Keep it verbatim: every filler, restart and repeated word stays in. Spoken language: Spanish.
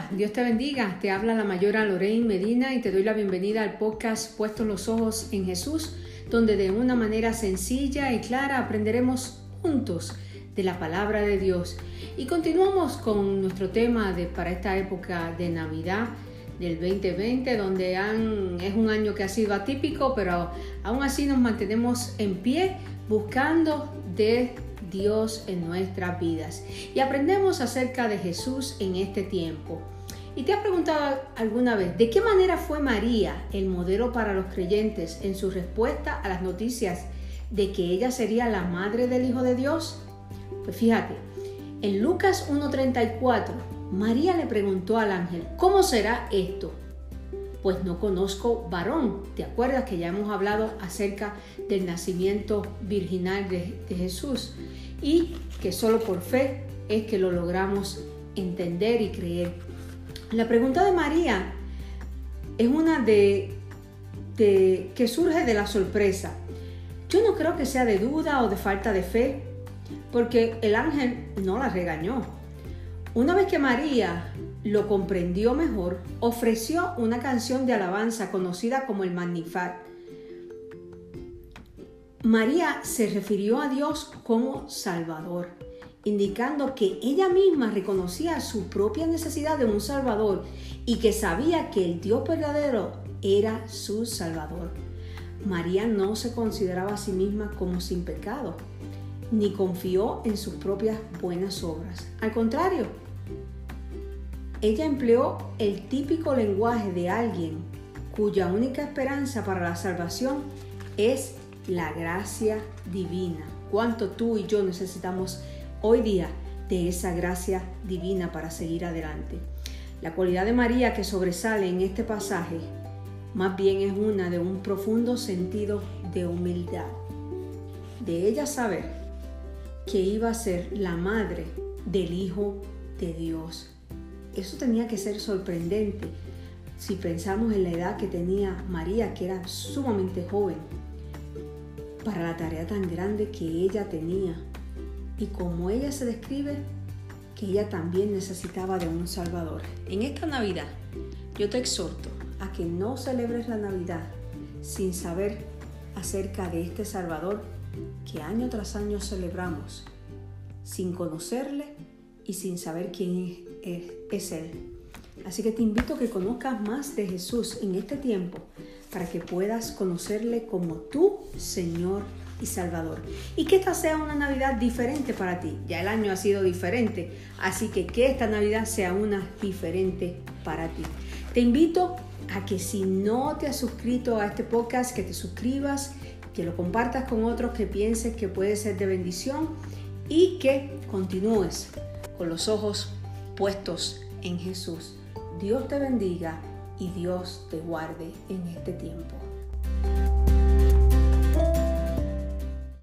Hola, Dios te bendiga. Te habla la mayora Lorraine Medina y te doy la bienvenida al podcast Puestos los Ojos en Jesús, donde de una manera sencilla y clara aprenderemos juntos de la palabra de Dios. Y continuamos con nuestro tema de, para esta época de Navidad del veinte veinte, donde han, es un año que ha sido atípico, pero aún así nos mantenemos en pie buscando de Dios en nuestras vidas y aprendemos acerca de Jesús en este tiempo. ¿Y te has preguntado alguna vez de qué manera fue María el modelo para los creyentes en su respuesta a las noticias de que ella sería la madre del Hijo de Dios? Pues fíjate, en Lucas uno treinta y cuatro, María le preguntó al ángel: ¿cómo será esto? Pues no conozco varón. ¿Te acuerdas que ya hemos hablado acerca del nacimiento virginal de, de Jesús? Y que solo por fe es que lo logramos entender y creer. La pregunta de María es una de, de que surge de la sorpresa. Yo no creo que sea de duda o de falta de fe, porque el ángel no la regañó. Una vez que María lo comprendió mejor, ofreció una canción de alabanza conocida como el Magnificat. María se refirió a Dios como Salvador, indicando que ella misma reconocía su propia necesidad de un Salvador y que sabía que el Dios verdadero era su Salvador. María no se consideraba a sí misma como sin pecado, ni confió en sus propias buenas obras. Al contrario, ella empleó el típico lenguaje de alguien cuya única esperanza para la salvación es la gracia divina. ¿Cuánto tú y yo necesitamos hoy día de esa gracia divina para seguir adelante? La cualidad de María que sobresale en este pasaje más bien es una de un profundo sentido de humildad, de ella saber que iba a ser la madre del Hijo de Dios. Eso tenía que ser sorprendente si pensamos en la edad que tenía María, que era sumamente joven, para la tarea tan grande que ella tenía. Y como ella se describe, que ella también necesitaba de un Salvador. En esta Navidad, yo te exhorto a que no celebres la Navidad sin saber acerca de este Salvador que año tras año celebramos, sin conocerle y sin saber quién es, es, es Él. Así que te invito a que conozcas más de Jesús en este tiempo para que puedas conocerle como tu Señor y Salvador. Y que esta sea una Navidad diferente para ti. Ya el año ha sido diferente, así que que esta Navidad sea una diferente para ti. Te invito a que si no te has suscrito a este podcast, que te suscribas, que lo compartas con otros que pienses que puede ser de bendición y que continúes con los ojos puestos en Jesús. Dios te bendiga y Dios te guarde en este tiempo.